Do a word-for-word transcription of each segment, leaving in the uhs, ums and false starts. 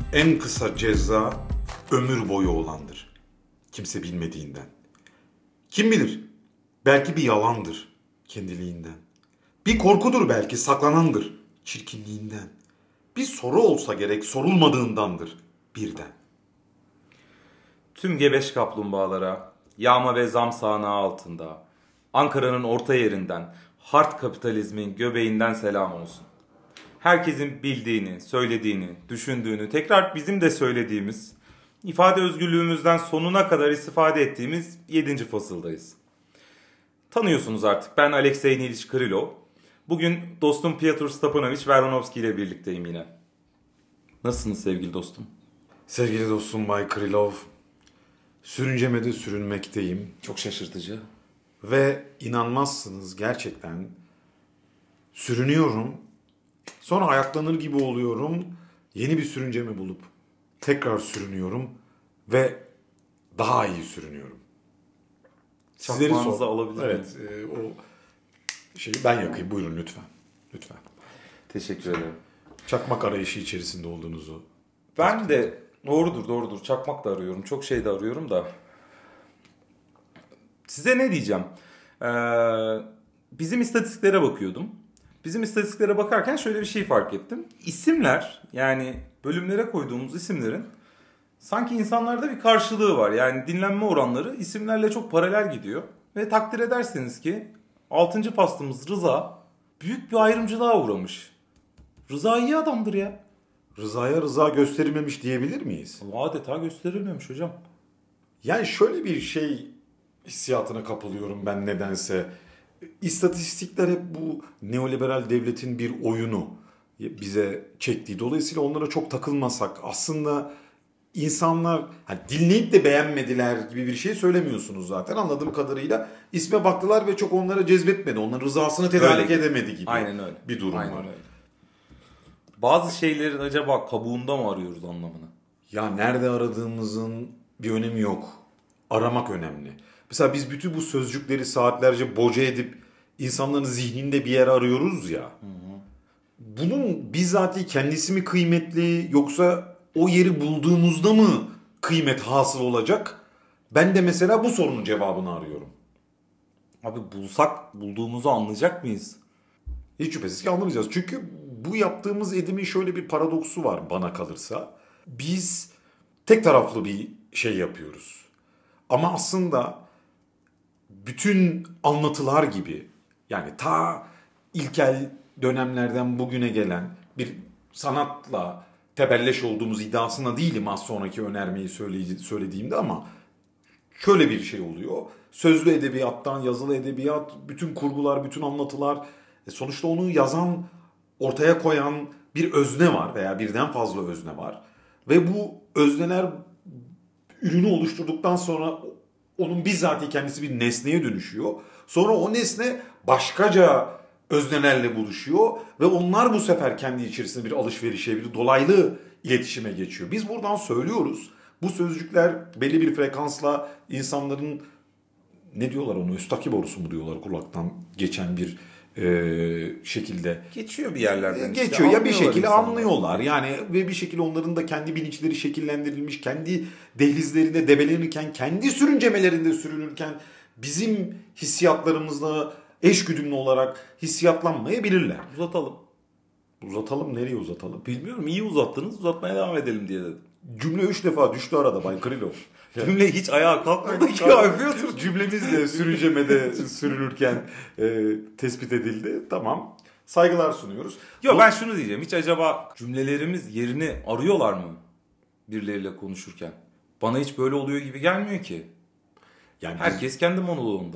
En kısa ceza ömür boyu olandır. Kimse bilmediğinden. Kim bilir? Belki bir yalandır kendiliğinden. Bir korkudur belki saklanandır çirkinliğinden. Bir soru olsa gerek sorulmadığındandır birden. Tüm gebeş kaplumbağalara, yağma ve zam sağanağı altında, Ankara'nın orta yerinden, hard kapitalizmin göbeğinden selam olsun. Herkesin bildiğini, söylediğini, düşündüğünü, tekrar bizim de söylediğimiz, ifade özgürlüğümüzden sonuna kadar istifade ettiğimiz yedinci fasıldayız. Tanıyorsunuz artık, ben Alexey Niliç Krylov. Bugün dostum Pyotr Stepanovich Voronovski ile birlikteyim yine. Nasılsınız sevgili dostum? Sevgili dostum Bay Krylov, sürüncemede sürünmekteyim. Çok şaşırtıcı. Ve inanmazsınız gerçekten sürünüyorum. Sonra ayaklanır gibi oluyorum. Yeni bir sürünceme bulup tekrar sürünüyorum ve daha iyi sürünüyorum. Sizleri Çakmağınızı sor. alabilir miyim? Evet, e, o şeyi ben yakayım. Buyurun lütfen. Lütfen. Teşekkür ederim. Çakmak arayışı içerisinde olduğunuzu. Ben de doğrudur doğrudur çakmak da arıyorum. Çok şey de arıyorum da. Size ne diyeceğim? Ee, bizim istatistiklere bakıyordum. Bizim istatistiklere bakarken şöyle bir şey fark ettim. İsimler, yani bölümlere koyduğumuz isimlerin sanki insanlarda bir karşılığı var. Yani dinlenme oranları isimlerle çok paralel gidiyor. Ve takdir edersiniz ki altıncı faslımız Rıza büyük bir ayrımcılığa uğramış. Rıza iyi adamdır ya. Rıza'ya rıza gösterilmemiş diyebilir miyiz? Adeta gösterilmemiş hocam. Yani şöyle bir şey hissiyatına kapılıyorum ben nedense. İstatistikler hep bu neoliberal devletin bir oyunu bize çektiği. Dolayısıyla onlara çok takılmasak aslında insanlar hani dinleyip de beğenmediler gibi bir şey söylemiyorsunuz zaten. Anladığım kadarıyla isme baktılar ve çok onlara cezbetmedi. Onların rızasını tedarik Öyle. edemedi gibi. Aynen öyle. Bir durum Aynen var. Öyle. Bazı şeylerin acaba kabuğunda mı arıyoruz anlamını? Ya nerede aradığımızın bir önemi yok. Aramak önemli. Mesela biz bütün bu sözcükleri saatlerce boca edip insanların zihninde bir yer arıyoruz ya. Hı hı. Bunun bizzati kendisi mi kıymetli yoksa o yeri bulduğumuzda mı kıymet hasıl olacak? Ben de mesela bu sorunun cevabını arıyorum. Abi bulsak bulduğumuzu anlayacak mıyız? Hiç şüphesiz ki anlamayacağız. Çünkü bu yaptığımız edimin şöyle bir paradoksu var bana kalırsa. Biz tek taraflı bir şey yapıyoruz. Ama aslında bütün anlatılar gibi yani ta ilkel dönemlerden bugüne gelen bir sanatla tebelleş olduğumuz iddiasına değilim az sonraki önermeyi söylediğimde ama şöyle bir şey oluyor. Sözlü edebiyattan yazılı edebiyat, bütün kurgular, bütün anlatılar sonuçta onu yazan, ortaya koyan bir özne var veya birden fazla özne var. Ve bu özneler ürünü oluşturduktan sonra onun bizzati kendisi bir nesneye dönüşüyor. Sonra o nesne başkaca öznelerle buluşuyor ve onlar bu sefer kendi içerisinde bir alışverişe, bir dolaylı iletişime geçiyor. Biz buradan söylüyoruz. Bu sözcükler belli bir frekansla insanların ne diyorlar onu? Üstaki borusu mu diyorlar kulaktan geçen bir e, şekilde. Geçiyor bir yerlerden. Geçiyor işte, ya bir şekilde insanlar. anlıyorlar. Yani ve bir şekilde onların da kendi bilinçleri şekillendirilmiş, kendi dehlizlerinde debelenirken, kendi sürüncemelerinde sürünürken bizim hissiyatlarımızla eşgüdümlü olarak hissiyatlanmayabilirler. Uzatalım. Uzatalım nereye uzatalım? Bilmiyorum iyi uzattınız uzatmaya devam edelim diye dedim. Cümle üç defa düştü arada Bay Krylov. Cümle hiç ayağa kalkmadı ki yapıyordur. Cümlemiz de sürüncemede sürünürken e, tespit edildi. Tamam. Saygılar sunuyoruz. Yok ben şunu diyeceğim. Hiç acaba cümlelerimiz yerini arıyorlar mı birileriyle konuşurken? Bana hiç böyle oluyor gibi gelmiyor ki. Yani herkes biz, kendi monoloğunda.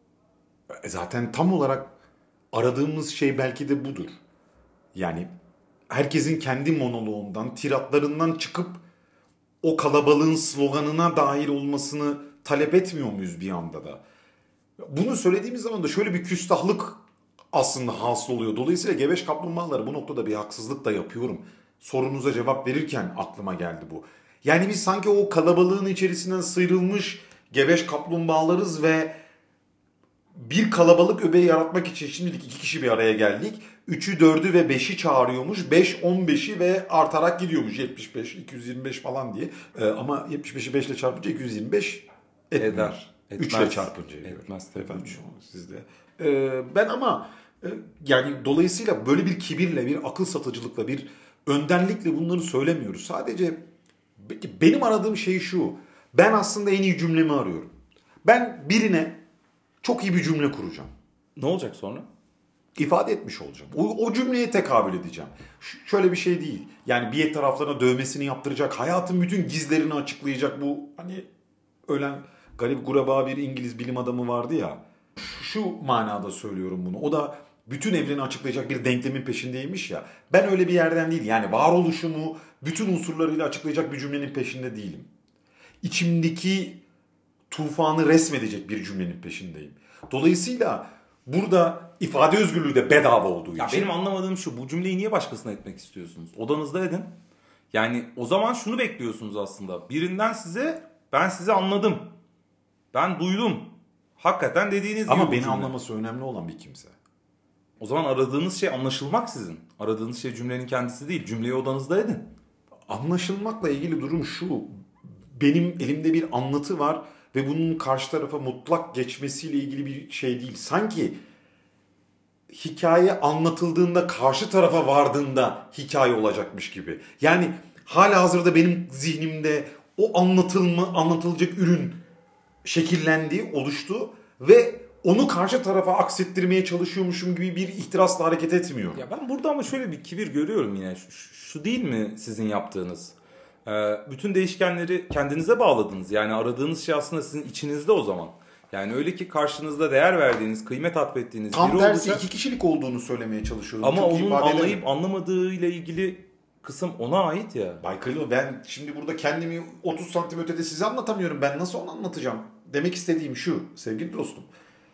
Zaten tam olarak aradığımız şey belki de budur. Yani herkesin kendi monoloğundan, tiratlarından çıkıp o kalabalığın sloganına dahil olmasını talep etmiyor muyuz bir anda da? Bunu söylediğimiz zaman da şöyle bir küstahlık aslında hasıl oluyor. Dolayısıyla gebeş kaplumbağaları bu noktada bir haksızlık da yapıyorum. Sorunuza cevap verirken aklıma geldi bu. Yani biz sanki o kalabalığın içerisinden sıyrılmış gebeş kaplumbağalarız ve bir kalabalık öbeği yaratmak için şimdilik iki kişi bir araya geldik. üçü, dördü ve beşi çağırıyormuş. beş, on beşi ve artarak gidiyormuş. yetmiş beş, iki yüz yirmi beş falan diye. Ee, ama yetmiş beşi beş ile çarpınca iki yüz yirmi beş etmiyor. Eder. üç ile çarpınca ediyor. Etmez tabii. üç sizde. Ee, ben ama e, yani dolayısıyla böyle bir kibirle, bir akıl satıcılıkla, bir önderlikle bunları söylemiyoruz. Sadece benim aradığım şey şu. Ben aslında en iyi cümlemi arıyorum. Ben birine çok iyi bir cümle kuracağım. Ne olacak sonra? İfade etmiş olacağım. O, o cümleye tekabül edeceğim. Ş- şöyle bir şey değil. Yani bir taraflarına dövmesini yaptıracak, hayatın bütün gizlerini açıklayacak bu hani ölen garip gureba bir İngiliz bilim adamı vardı ya. Şu manada söylüyorum bunu. O da bütün evreni açıklayacak bir denklemin peşindeymiş ya. Ben öyle bir yerden değil. Yani varoluşumu bütün unsurlarıyla açıklayacak bir cümlenin peşinde değilim. İçimdeki tufanı resmedecek bir cümlenin peşindeyim. Dolayısıyla burada ifade özgürlüğü de bedava olduğu ya için. Benim anlamadığım şu, bu cümleyi niye başkasına etmek istiyorsunuz? Odanızda edin. Yani o zaman şunu bekliyorsunuz aslında. Birinden size, ben sizi anladım. Ben duydum. Hakikaten dediğiniz gibi. Ama beni anlaması önemli olan bir kimse. O zaman aradığınız şey anlaşılmak sizin. Aradığınız şey cümlenin kendisi değil. Cümleyi odanızda edin. Anlaşılmakla ilgili durum şu. Benim elimde bir anlatı var ve bunun karşı tarafa mutlak geçmesiyle ilgili bir şey değil. Sanki hikaye anlatıldığında karşı tarafa vardığında hikaye olacakmış gibi. Yani halihazırda benim zihnimde o anlatılma, anlatılacak ürün şekillendi, oluştu ve onu karşı tarafa aksettirmeye çalışıyormuşum gibi bir ihtirasla hareket etmiyorum. Ya ben burada ama şöyle bir kibir görüyorum yine. Şu, şu değil mi sizin yaptığınız? Ee, bütün değişkenleri kendinize bağladınız. Yani aradığınız şey aslında sizin içinizde o zaman. Yani öyle ki karşınızda değer verdiğiniz, kıymet atfettiğiniz tam biri tersi olacak. iki kişilik olduğunu söylemeye çalışıyorum. Ama Çok onun anlayıp anlamadığıyla ilgili kısım ona ait ya. Bay Kırlı, ben şimdi burada kendimi otuz santim ötede size anlatamıyorum. Ben nasıl onu anlatacağım? Demek istediğim şu sevgili dostum.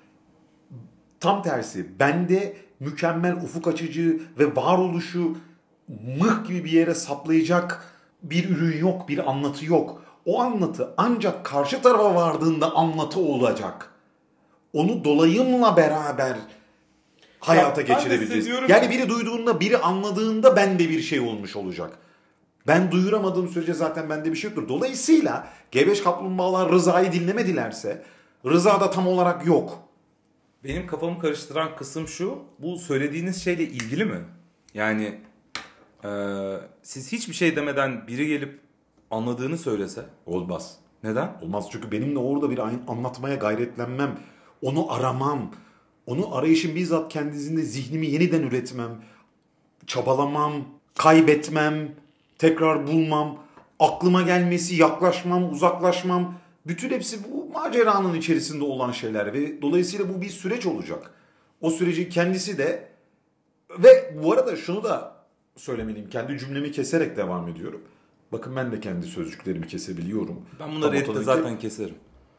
Tam tersi. Bende mükemmel, ufuk açıcı ve varoluşu mıh gibi bir yere saplayacak bir ürün yok, bir anlatı yok. O anlatı ancak karşı tarafa vardığında anlatı olacak. Onu dolayımla beraber hayata Ya, geçirebileceğiz. Yani biri duyduğunda, biri anladığında bende bir şey olmuş olacak. Ben duyuramadığım sürece zaten bende bir şey yoktur. Dolayısıyla G beş kaplumbağalar Rıza'yı dinlemedilerse Rıza da tam olarak yok. Benim kafamı karıştıran kısım şu. Bu söylediğiniz şeyle ilgili mi? Yani e, siz hiçbir şey demeden biri gelip anladığını söylese. Olmaz. Neden? Olmaz çünkü benimle orada bir anlatmaya gayretlenmem. Onu aramam. Onu arayışın bizzat kendisinde zihnimi yeniden üretmem. Çabalamam. Kaybetmem. Tekrar bulmam. Aklıma gelmesi, yaklaşmam, uzaklaşmam. Bütün hepsi bu maceranın içerisinde olan şeyler ve dolayısıyla bu bir süreç olacak. O sürecin kendisi de ve bu arada şunu da söylemeliyim. Kendi cümlemi keserek devam ediyorum. Bakın ben de kendi sözcüklerimi kesebiliyorum. Ben bunları ette Tam zaten ki, keserim.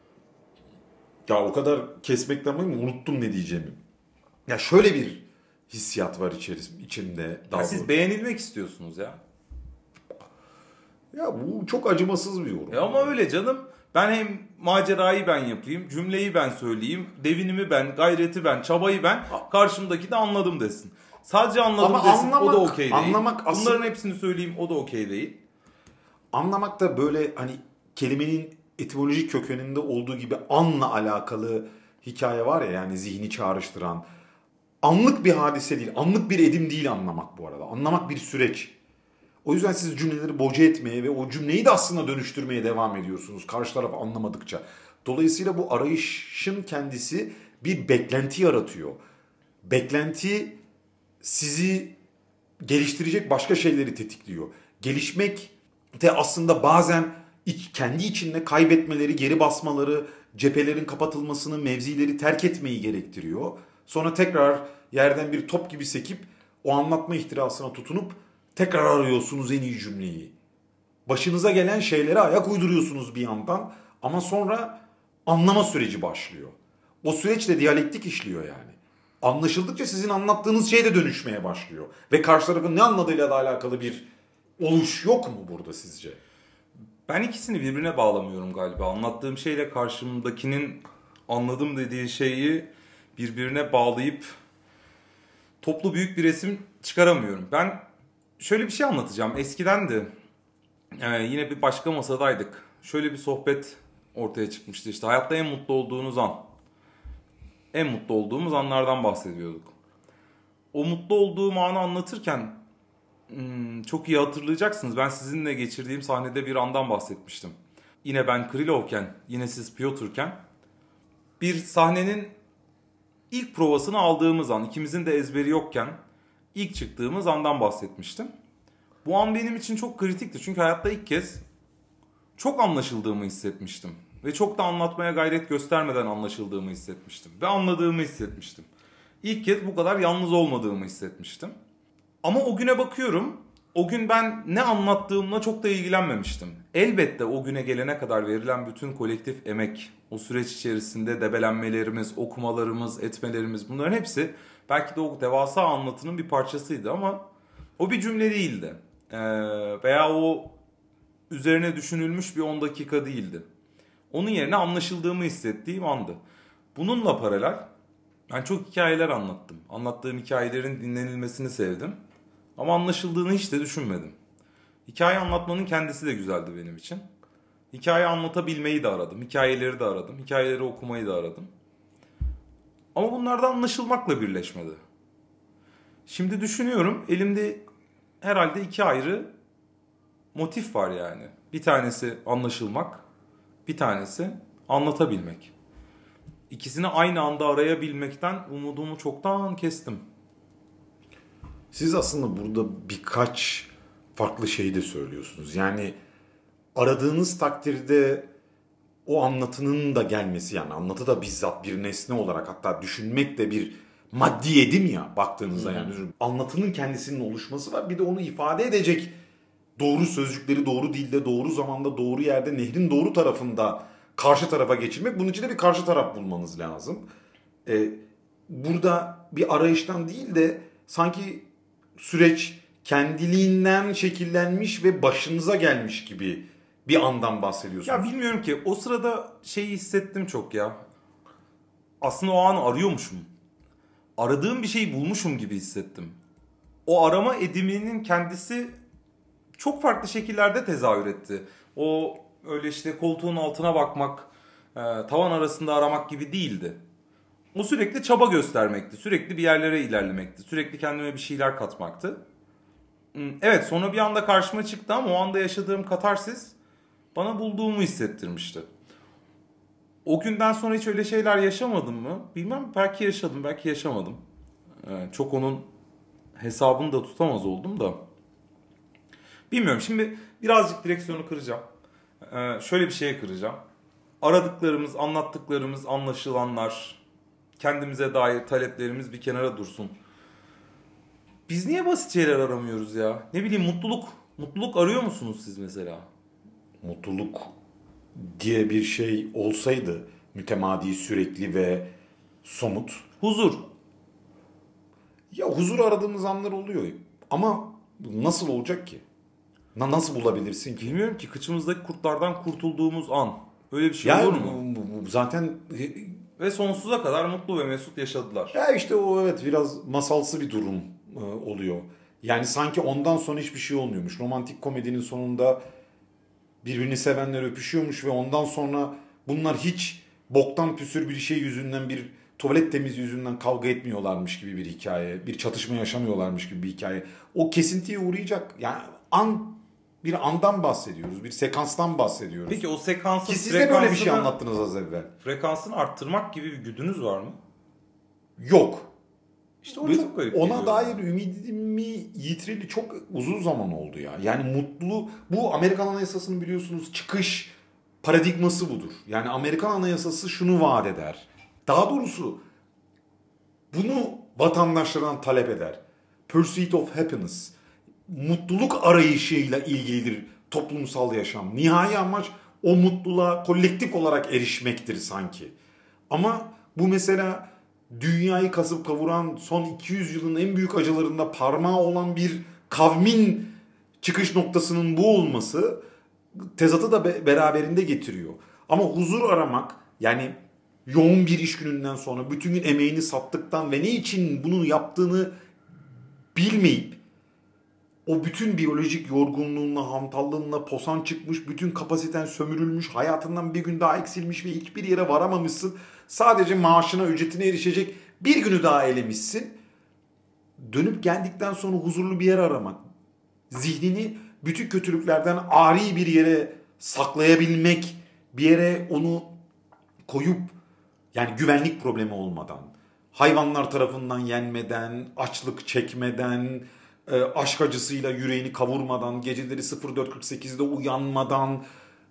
ya o kadar kesmekten mi unuttum ne diyeceğimi. Ya şöyle bir hissiyat var içerisinde, içimde. Ya siz beğenilmek istiyorsunuz ya. Ya bu çok acımasız bir yorum. E ama öyle canım. Ben hem macerayı ben yapayım, cümleyi ben söyleyeyim, devinimi ben, gayreti ben, çabayı ben, karşımdaki de anladım desin. Sadece anladım ama desin, anlamak, o da okey değil. Anlamak Bunların aslında, hepsini söyleyeyim, o da okey değil. Anlamak da böyle hani kelimenin etimolojik kökeninde olduğu gibi anla alakalı hikaye var ya, yani zihni çağrıştıran. Anlık bir hadise değil, anlık bir edim değil anlamak bu arada. Anlamak bir süreç. O yüzden siz cümleleri boca etmeye ve o cümleyi de aslında dönüştürmeye devam ediyorsunuz karşı taraf anlamadıkça. Dolayısıyla bu arayışın kendisi bir beklenti yaratıyor. Beklenti sizi geliştirecek başka şeyleri tetikliyor. Gelişmek de aslında bazen iç, kendi içinde kaybetmeleri, geri basmaları, cephelerin kapatılmasını, mevzileri terk etmeyi gerektiriyor. Sonra tekrar yerden bir top gibi sekip o anlatma ihtirasına tutunup tekrar arıyorsunuz en iyi cümleyi. Başınıza gelen şeylere ayak uyduruyorsunuz bir yandan ama sonra anlama süreci başlıyor. O süreç de diyalektik işliyor yani. Anlaşıldıkça sizin anlattığınız şey de dönüşmeye başlıyor. Ve karşı tarafın ne anladığıyla da alakalı bir oluş yok mu burada sizce? Ben ikisini birbirine bağlamıyorum galiba. Anlattığım şeyle karşımdakinin anladım dediği şeyi birbirine bağlayıp toplu büyük bir resim çıkaramıyorum. Ben şöyle bir şey anlatacağım. Eskiden de e, yine bir başka masadaydık. Şöyle bir sohbet ortaya çıkmıştı. İşte hayatta en mutlu olduğunuz an. En mutlu olduğumuz anlardan bahsediyorduk. O mutlu olduğum anı anlatırken hmm, çok iyi hatırlayacaksınız. Ben sizinle geçirdiğim sahnede bir andan bahsetmiştim. Yine ben Krilovken, yine siz Piotr'ken bir sahnenin ilk provasını aldığımız an, ikimizin de ezberi yokken ilk çıktığımız andan bahsetmiştim. Bu an benim için çok kritikti. Çünkü hayatta ilk kez çok anlaşıldığımı hissetmiştim. Ve çok da anlatmaya gayret göstermeden anlaşıldığımı hissetmiştim. Ve anladığımı hissetmiştim. İlk kez bu kadar yalnız olmadığımı hissetmiştim. Ama o güne bakıyorum. O gün ben ne anlattığımla çok da ilgilenmemiştim. Elbette o güne gelene kadar verilen bütün kolektif emek, o süreç içerisinde debelenmelerimiz, okumalarımız, etmelerimiz, bunların hepsi belki de o devasa anlatının bir parçasıydı ama o bir cümle değildi. Ee, veya o üzerine düşünülmüş bir on dakika değildi. Onun yerine anlaşıldığımı hissettiğim andı. Bununla paralel ben çok hikayeler anlattım. Anlattığım hikayelerin dinlenilmesini sevdim. Ama anlaşıldığını hiç de düşünmedim. Hikaye anlatmanın kendisi de güzeldi benim için. Hikaye anlatabilmeyi de aradım. Hikayeleri de aradım. Hikayeleri okumayı da aradım. Ama bunlar da anlaşılmakla birleşmedi. Şimdi düşünüyorum, elimde herhalde iki ayrı motif var yani. Bir tanesi anlaşılmak, bir tanesi anlatabilmek. İkisini aynı anda arayabilmekten umudumu çoktan kestim. Siz aslında burada birkaç farklı şeyi de söylüyorsunuz. Yani aradığınız takdirde o anlatının da gelmesi, yani anlatı da bizzat bir nesne olarak, hatta düşünmek de bir maddi edim ya baktığınızda, yani anlatının kendisinin oluşması var. Bir de onu ifade edecek doğru sözcükleri doğru dilde, doğru zamanda, doğru yerde, nehrin doğru tarafında karşı tarafa geçirmek. Bunun için de bir karşı taraf bulmanız lazım. Ee, burada bir arayıştan değil de sanki süreç kendiliğinden şekillenmiş ve başınıza gelmiş gibi bir andan bahsediyorsunuz. Ya bilmiyorum ki, o sırada şeyi hissettim çok ya. Aslında o anı arıyormuşum. Aradığım bir şeyi bulmuşum gibi hissettim. O arama ediminin kendisi çok farklı şekillerde tezahür etti. O öyle işte koltuğun altına bakmak, e, tavan arasında aramak gibi değildi. O sürekli çaba göstermekti. Sürekli bir yerlere ilerlemekti. Sürekli kendime bir şeyler katmaktı. Evet, sonra bir anda karşıma çıktı ama o anda yaşadığım katarsis bana bulduğumu hissettirmişti. O günden sonra hiç öyle şeyler yaşamadım mı? Bilmem, belki yaşadım, belki yaşamadım. Ee, çok onun hesabını da tutamaz oldum da. Bilmiyorum, şimdi birazcık direksiyonu kıracağım. Ee, şöyle bir şeye kıracağım. Aradıklarımız, anlattıklarımız, anlaşılanlar, kendimize dair taleplerimiz bir kenara dursun. Biz niye basit şeyler aramıyoruz ya? Ne bileyim, mutluluk. Mutluluk arıyor musunuz siz mesela? Mutluluk diye bir şey olsaydı, mütemadi, sürekli ve somut. Huzur. Ya huzur aradığımız anlar oluyor. Ama nasıl olacak ki? Na nasıl bulabilirsin ki? Bilmiyorum ki, kıçımızdaki kurtlardan kurtulduğumuz an. Öyle bir şey yani, olur mu? Bu, bu, zaten... Ve sonsuza kadar mutlu ve mesut yaşadılar. Ya işte o, evet, biraz masalsı bir durum e, oluyor. Yani sanki ondan sonra hiçbir şey olmuyormuş. Romantik komedinin sonunda birbirini sevenler öpüşüyormuş ve ondan sonra bunlar hiç boktan püsür bir şey yüzünden, bir tuvalet temizliği yüzünden kavga etmiyorlarmış gibi bir hikaye. Bir çatışma yaşamıyorlarmış gibi bir hikaye. O kesintiye uğrayacak. Yani an bir andan bahsediyoruz. Bir sekanstan bahsediyoruz. Peki o sekansın Ki siz de böyle bir şey anlattınız az evvel. Frekansını arttırmak gibi bir güdünüz var mı? Yok. İşte o çok garip. Ona dair ümidimi yitireli çok uzun zaman oldu ya. Yani mutlu, bu Amerikan Anayasası'nın biliyorsunuz çıkış paradigması budur. Yani Amerikan Anayasası şunu vaat eder. Daha doğrusu bunu vatandaşlardan talep eder. Pursuit of happiness. Mutluluk arayışıyla ilgilidir toplumsal yaşam. Nihai amaç o mutluluğa kolektif olarak erişmektir sanki. Ama bu mesela dünyayı kasıp kavuran son iki yüz yılın en büyük acılarında parmağı olan bir kavmin çıkış noktasının bu olması tezatı da beraberinde getiriyor. Ama huzur aramak, yani yoğun bir iş gününden sonra bütün gün emeğini sattıktan ve ne için bunu yaptığını bilmeyip o bütün biyolojik yorgunluğunla, hantallığınla posan çıkmış, bütün kapasiten sömürülmüş, hayatından bir gün daha eksilmiş ve hiçbir yere varamamışsın. Sadece maaşına, ücretine erişecek bir günü daha elemişsin. Dönüp geldikten sonra huzurlu bir yer aramak, zihnini bütün kötülüklerden ari bir yere saklayabilmek, bir yere onu koyup, yani güvenlik problemi olmadan, hayvanlar tarafından yenmeden, açlık çekmeden, aşk acısıyla yüreğini kavurmadan, geceleri sıfır dört kırk sekizde uyanmadan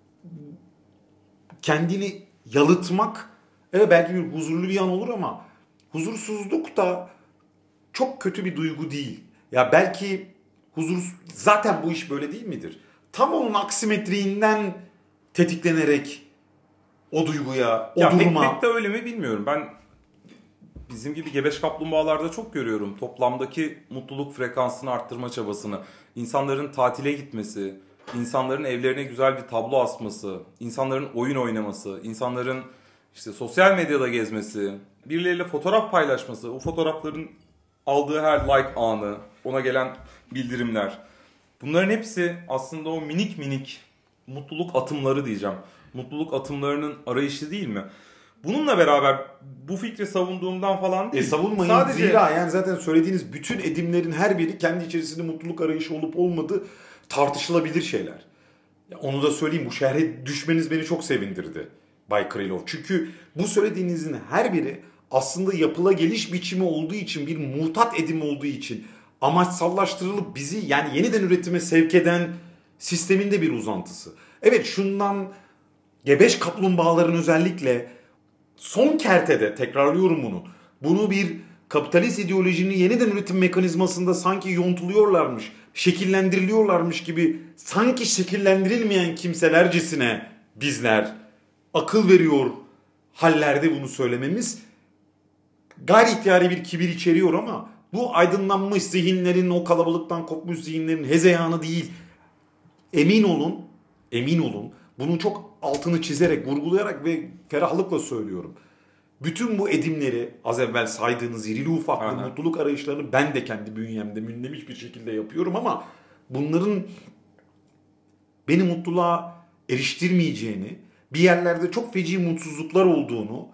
kendini yalıtmak, evet belki bir huzurlu bir an olur ama huzursuzluk da çok kötü bir duygu değil. Ya belki huzur, zaten bu iş böyle değil midir? Tam onun aksimetriğinden tetiklenerek o duyguya, o ya duruma... Pek, pek de öyle mi bilmiyorum. Ben bizim gibi gebeş kaplumbağalarda çok görüyorum. Toplamdaki mutluluk frekansını arttırma çabasını. İnsanların tatile gitmesi, insanların evlerine güzel bir tablo asması, insanların oyun oynaması, insanların işte sosyal medyada gezmesi, birileriyle fotoğraf paylaşması, o fotoğrafların aldığı her like anı, ona gelen bildirimler. Bunların hepsi aslında o minik minik mutluluk atımları diyeceğim. Mutluluk atımlarının arayışı değil mi? Bununla beraber bu fikri savunduğumdan falan değil. E savunmayın. Sadece... Zira yani zaten söylediğiniz bütün edimlerin her biri kendi içerisinde mutluluk arayışı olup olmadığı tartışılabilir şeyler. Ya onu da söyleyeyim, bu şerhe düşmeniz beni çok sevindirdi Bay Krylov. Çünkü bu söylediğinizin her biri aslında yapıla geliş biçimi olduğu için, bir mutat edim olduğu için amaçsallaştırılıp bizi yani yeniden üretime sevk eden sistemin de bir uzantısı. Evet, şundan gebeş kaplumbağaların özellikle son kertede, tekrarlıyorum bunu, bunu bir kapitalist ideolojinin yeniden üretim mekanizmasında sanki yontuluyorlarmış, şekillendiriliyorlarmış gibi, sanki şekillendirilmeyen kimselercesine bizler akıl veriyor hallerde bunu söylememiz gayri ihtiyari bir kibir içeriyor ama bu aydınlanmış zihinlerin, o kalabalıktan kopmuş zihinlerin hezeyanı değil. Emin olun, emin olun, bunun çok altını çizerek, vurgulayarak ve ferahlıkla söylüyorum. Bütün bu edimleri, az evvel saydığınız irili ufaklı mutluluk arayışlarını ben de kendi bünyemde münlemiş bir şekilde yapıyorum ama bunların beni mutluluğa eriştirmeyeceğini, bir yerlerde çok feci mutsuzluklar olduğunu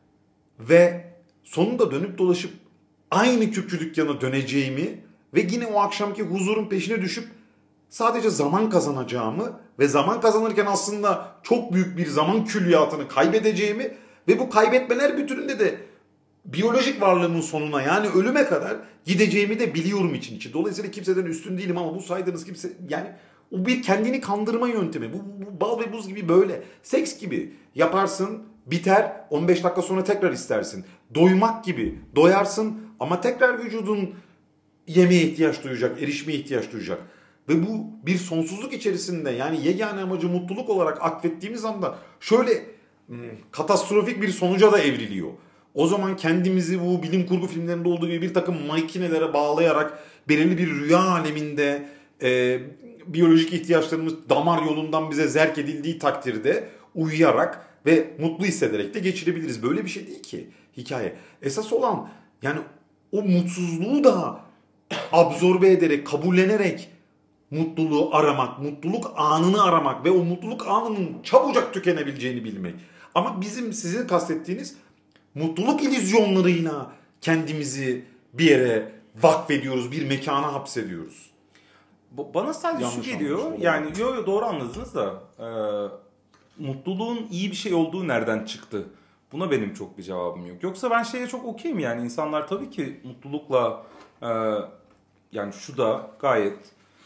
ve sonunda dönüp dolaşıp aynı kürkçü dükkana döneceğimi ve yine o akşamki huzurun peşine düşüp sadece zaman kazanacağımı ve zaman kazanırken aslında çok büyük bir zaman külliyatını kaybedeceğimi ve bu kaybetmeler bütününde de biyolojik varlığımın sonuna, yani ölüme kadar gideceğimi de biliyorum için içi. Dolayısıyla kimseden üstün değilim ama bu saydığınız kimse, yani o bir kendini kandırma yöntemi. Bu, bu bal ve buz gibi, böyle seks gibi yaparsın, biter, on beş dakika sonra tekrar istersin. Doymak gibi, doyarsın ama tekrar vücudun yemeğe ihtiyaç duyacak, erişmeye ihtiyaç duyacak. Ve bu bir sonsuzluk içerisinde, yani yegane amacı mutluluk olarak atfettiğimiz anda şöyle hmm, katastrofik bir sonuca da evriliyor. O zaman kendimizi bu bilim kurgu filmlerinde olduğu gibi bir takım makinelere bağlayarak belirli bir rüya aleminde e, biyolojik ihtiyaçlarımız damar yolundan bize zerk edildiği takdirde uyuyarak ve mutlu hissederek de geçirebiliriz. Böyle bir şey değil ki hikaye. Esas olan yani o mutsuzluğu da absorbe ederek, kabullenerek mutluluğu aramak, mutluluk anını aramak ve o mutluluk anının çabucak tükenebileceğini bilmek. Ama bizim sizin kastettiğiniz mutluluk illüzyonlarıyla kendimizi bir yere vakfediyoruz, bir mekana hapsediyoruz. Bana sadece yanlış şu geliyor, yani yo yo doğru anladınız da e, mutluluğun iyi bir şey olduğu nereden çıktı? Buna benim çok bir cevabım yok. Yoksa ben şeye çok okeyim, yani insanlar tabii ki mutlulukla e, yani şu da gayet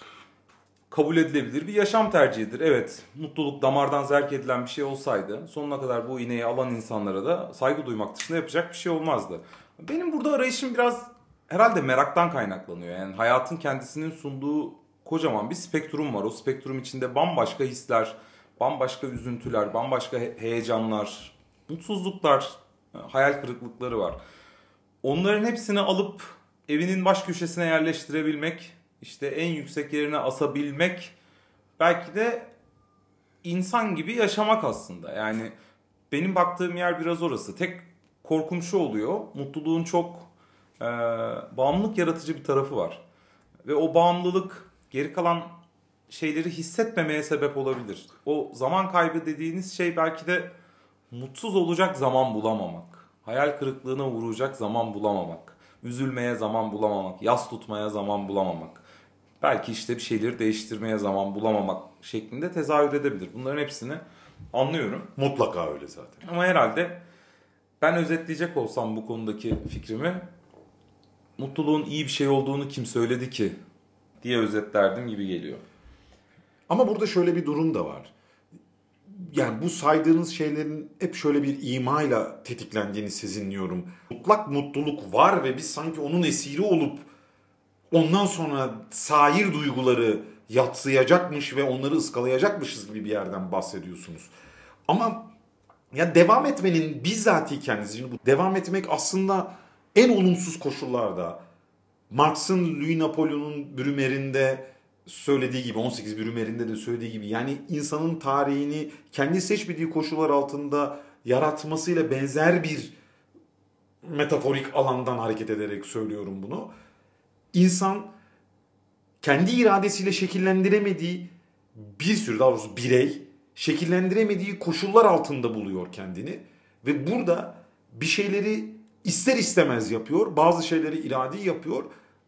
kabul edilebilir bir yaşam tercihidir. Evet, mutluluk damardan zerk edilen bir şey olsaydı sonuna kadar bu iğneyi alan insanlara da saygı duymak dışında yapacak bir şey olmazdı. Benim burada arayışım biraz herhalde meraktan kaynaklanıyor. Yani hayatın kendisinin sunduğu kocaman bir spektrum var. O spektrum içinde bambaşka hisler, bambaşka üzüntüler, bambaşka heyecanlar, mutsuzluklar, hayal kırıklıkları var. Onların hepsini alıp evinin baş köşesine yerleştirebilmek, işte en yüksek yerine asabilmek belki de insan gibi yaşamak aslında. Yani benim baktığım yer biraz orası. Tek korkum şu oluyor. Mutluluğun çok e, bağımlılık yaratıcı bir tarafı var. Ve o bağımlılık geri kalan şeyleri hissetmemeye sebep olabilir. O zaman kaybı dediğiniz şey belki de mutsuz olacak zaman bulamamak. Hayal kırıklığına uğrayacak zaman bulamamak. Üzülmeye zaman bulamamak. Yas tutmaya zaman bulamamak. Belki işte bir şeyleri değiştirmeye zaman bulamamak şeklinde tezahür edebilir. Bunların hepsini anlıyorum. Mutlaka öyle zaten. Ama herhalde ben özetleyecek olsam bu konudaki fikrimi, mutluluğun iyi bir şey olduğunu kim söyledi ki diye özetlerdim gibi geliyor. Ama burada şöyle bir durum da var. Yani bu saydığınız şeylerin hep şöyle bir imayla tetiklendiğini sezinliyorum. Mutlak mutluluk var ve biz sanki onun esiri olup ondan sonra sair duyguları yadsıyacakmış ve onları ıskalayacakmışız gibi bir yerden bahsediyorsunuz. Ama ya devam etmenin bizzati kendisi, şimdi bu devam etmek aslında en olumsuz koşullarda, Marx'ın Louis Napoleon'un Brumair'inde söylediği gibi, on sekiz Brumair'inde de söylediği gibi, yani insanın tarihini kendi seçmediği koşullar altında yaratmasıyla benzer bir metaforik alandan hareket ederek söylüyorum bunu. İnsan kendi iradesiyle şekillendiremediği bir sürü, daha doğrusu birey şekillendiremediği koşullar altında buluyor kendini ve burada bir şeyleri ister istemez yapıyor, bazı şeyleri iradi yapıyor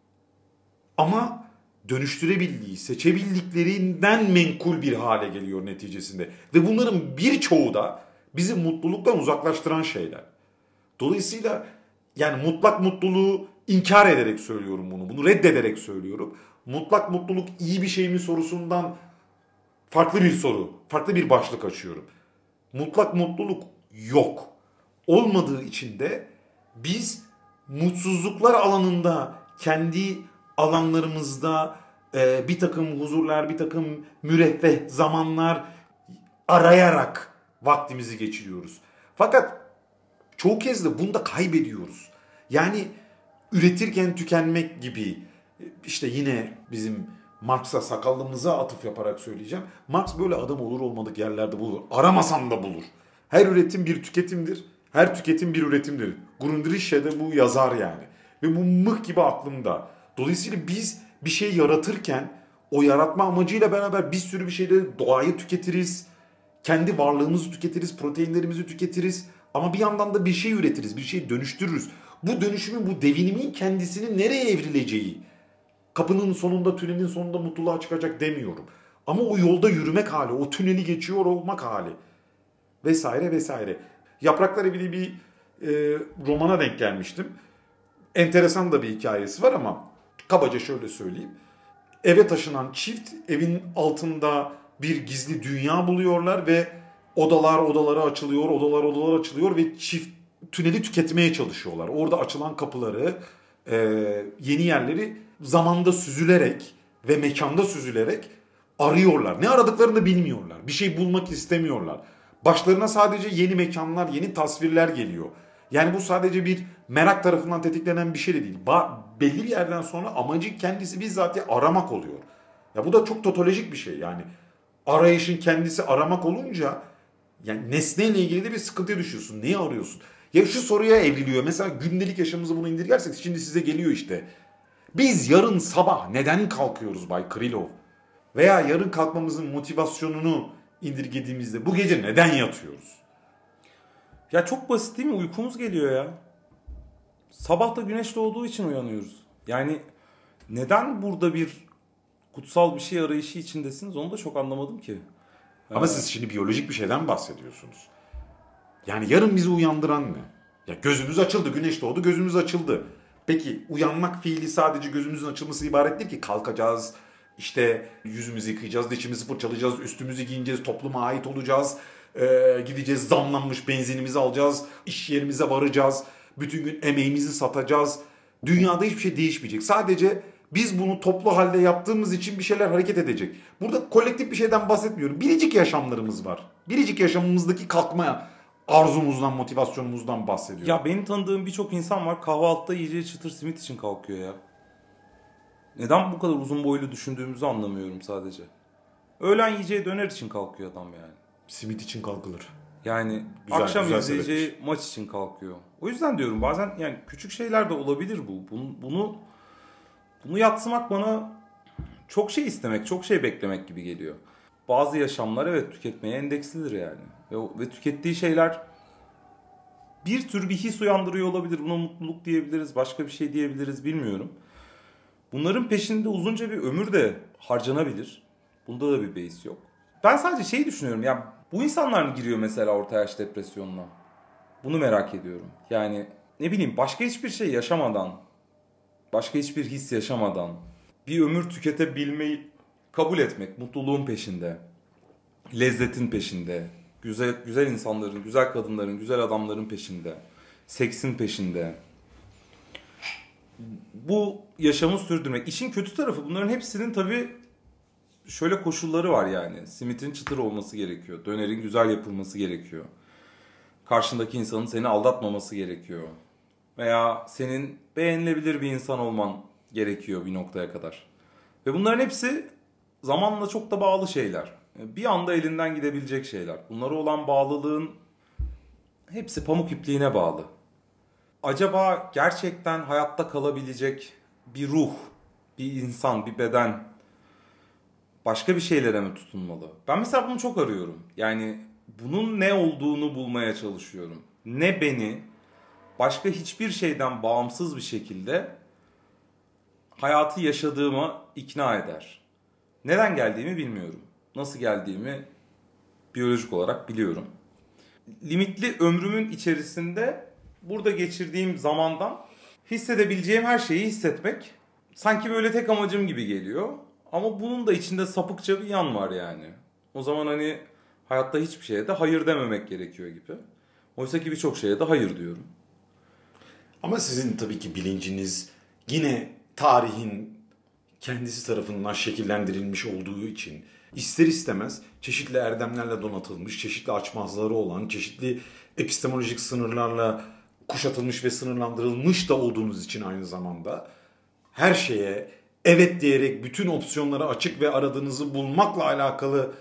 ama dönüştürebildiği, seçebildiklerinden menkul bir hale geliyor neticesinde ve bunların birçoğu da bizi mutluluktan uzaklaştıran şeyler. Dolayısıyla yani mutlak mutluluğu inkar ederek söylüyorum bunu, bunu reddederek söylüyorum. Mutlak mutluluk iyi bir şey mi sorusundan farklı bir soru, farklı bir başlık açıyorum. Mutlak mutluluk yok. Olmadığı için de biz mutsuzluklar alanında kendi alanlarımızda e, bir takım huzurlar, bir takım müreffeh zamanlar arayarak vaktimizi geçiriyoruz. Fakat çoğu kez de bunda kaybediyoruz. Yani üretirken tükenmek gibi, işte yine bizim Marx'a, sakallımıza atıf yaparak söyleyeceğim. Marx böyle adam olur olmadık yerlerde bulur. Aramasan da bulur. Her üretim bir tüketimdir. Her tüketim bir üretimdir. Grundrisse de bu yazar yani. Ve bu mıh gibi aklımda. Dolayısıyla biz bir şey yaratırken o yaratma amacıyla beraber bir sürü bir şeyleri, doğayı tüketiriz. Kendi varlığımızı tüketiriz, proteinlerimizi tüketiriz. Ama bir yandan da bir şey üretiriz, bir şey dönüştürürüz. Bu dönüşümün, bu devinimin kendisinin nereye evrileceği, kapının sonunda, tünelin sonunda mutluluğa çıkacak demiyorum. Ama o yolda yürümek hali, o tüneli geçiyor olmak hali vesaire vesaire. Yapraklar Evi bir e, romana denk gelmiştim. Enteresan da bir hikayesi var ama kabaca şöyle söyleyeyim. Eve taşınan çift evin altında bir gizli dünya buluyorlar ve odalar odalara açılıyor, odalar odalar açılıyor ve çift tüneli tüketmeye çalışıyorlar. Orada açılan kapıları, e, yeni yerleri zamanda süzülerek ve mekanda süzülerek arıyorlar. Ne aradıklarını da bilmiyorlar. Bir şey bulmak istemiyorlar. Başlarına sadece yeni mekanlar, yeni tasvirler geliyor. Yani bu sadece bir merak tarafından tetiklenen bir şey de değil. Ba- belli bir yerden sonra amacı kendisi bizzat aramak oluyor. Ya bu da çok totolojik bir şey. Yani arayışın kendisi aramak olunca yani nesneyle ilgili de bir sıkıntıya düşüyorsun. Neyi arıyorsun? Ya şu soruya evriliyor. Mesela gündelik yaşamımızı bunu indirgersek şimdi size geliyor işte. Biz yarın sabah neden kalkıyoruz Bay Krylov? Veya yarın kalkmamızın motivasyonunu indirgediğimizde bu gece neden yatıyoruz? Ya çok basit değil mi? Uykumuz geliyor ya. Sabah da güneş doğduğu için uyanıyoruz. Yani neden burada bir kutsal bir şey arayışı içindesiniz onu da çok anlamadım ki. Ama siz şimdi biyolojik bir şeyden bahsediyorsunuz. Yani yarın bizi uyandıran ne? Ya gözümüz açıldı, güneş doğdu, gözümüz açıldı. Peki uyanmak fiili sadece gözümüzün açılması ibaret değil ki. Kalkacağız, işte yüzümüzü yıkayacağız, dişimizi fırçalayacağız, üstümüzü giyineceğiz, topluma ait olacağız. Ee, gideceğiz, zamlanmış benzinimizi alacağız, iş yerimize varacağız, bütün gün emeğimizi satacağız. Dünyada hiçbir şey değişmeyecek. Sadece biz bunu toplu halde yaptığımız için bir şeyler hareket edecek. Burada kolektif bir şeyden bahsetmiyorum. Biricik yaşamlarımız var. Biricik yaşamımızdaki kalkma arzumuzdan, motivasyonumuzdan bahsediyorum. Ya benim tanıdığım birçok insan var kahvaltıda yiyeceği çıtır simit için kalkıyor ya. Neden bu kadar uzun boylu düşündüğümüzü anlamıyorum sadece. Öğlen yiyeceği döner için kalkıyor adam yani. Simit için kalkılır. Yani Güzel, akşam güzel izleyeceği sebepmiş. maç için kalkıyor. O yüzden diyorum bazen yani küçük şeyler de olabilir bu. Bunu bunu, bunu yadsımak bana çok şey istemek, çok şey beklemek gibi geliyor. Bazı yaşamlar evet tüketmeye endekslidir yani. Ve, o- ve tükettiği şeyler bir tür bir his uyandırıyor olabilir. Buna mutluluk diyebiliriz, başka bir şey diyebiliriz bilmiyorum. Bunların peşinde uzunca bir ömür de harcanabilir. Bunda da bir beis yok. Ben sadece şeyi düşünüyorum ya bu insanlar mı giriyor mesela orta yaş depresyonuna? Bunu merak ediyorum. Yani ne bileyim başka hiçbir şey yaşamadan, başka hiçbir his yaşamadan bir ömür tüketebilmeyi kabul etmek, mutluluğun peşinde, lezzetin peşinde, güzel güzel insanların, güzel kadınların, güzel adamların peşinde, seksin peşinde. Bu yaşamı sürdürmek. İşin kötü tarafı bunların hepsinin tabii şöyle koşulları var yani. Simitin çıtır olması gerekiyor. Dönerin güzel yapılması gerekiyor. Karşındaki insanın seni aldatmaması gerekiyor. Veya senin beğenilebilir bir insan olman gerekiyor bir noktaya kadar. Ve bunların hepsi zamanla çok da bağlı şeyler. Bir anda elinden gidebilecek şeyler. Bunlara olan bağlılığın hepsi pamuk ipliğine bağlı. Acaba gerçekten hayatta kalabilecek bir ruh, bir insan, bir beden başka bir şeylere mi tutunmalı? Ben mesela bunu çok arıyorum. Yani bunun ne olduğunu bulmaya çalışıyorum. Ne beni başka hiçbir şeyden bağımsız bir şekilde hayatı yaşadığıma ikna eder. Neden geldiğimi bilmiyorum. Nasıl geldiğimi biyolojik olarak biliyorum. Limitli ömrümün içerisinde burada geçirdiğim zamandan hissedebileceğim her şeyi hissetmek sanki böyle tek amacım gibi geliyor. Ama bunun da içinde sapıkça bir yan var yani. O zaman hani hayatta hiçbir şeye de hayır dememek gerekiyor gibi. Oysa ki birçok şeye de hayır diyorum. Ama sizin tabii ki bilinciniz yine tarihin kendisi tarafından şekillendirilmiş olduğu için ister istemez çeşitli erdemlerle donatılmış, çeşitli açmazları olan, çeşitli epistemolojik sınırlarla kuşatılmış ve sınırlandırılmış da olduğunuz için aynı zamanda her şeye evet diyerek bütün opsiyonlara açık ve aradığınızı bulmakla alakalı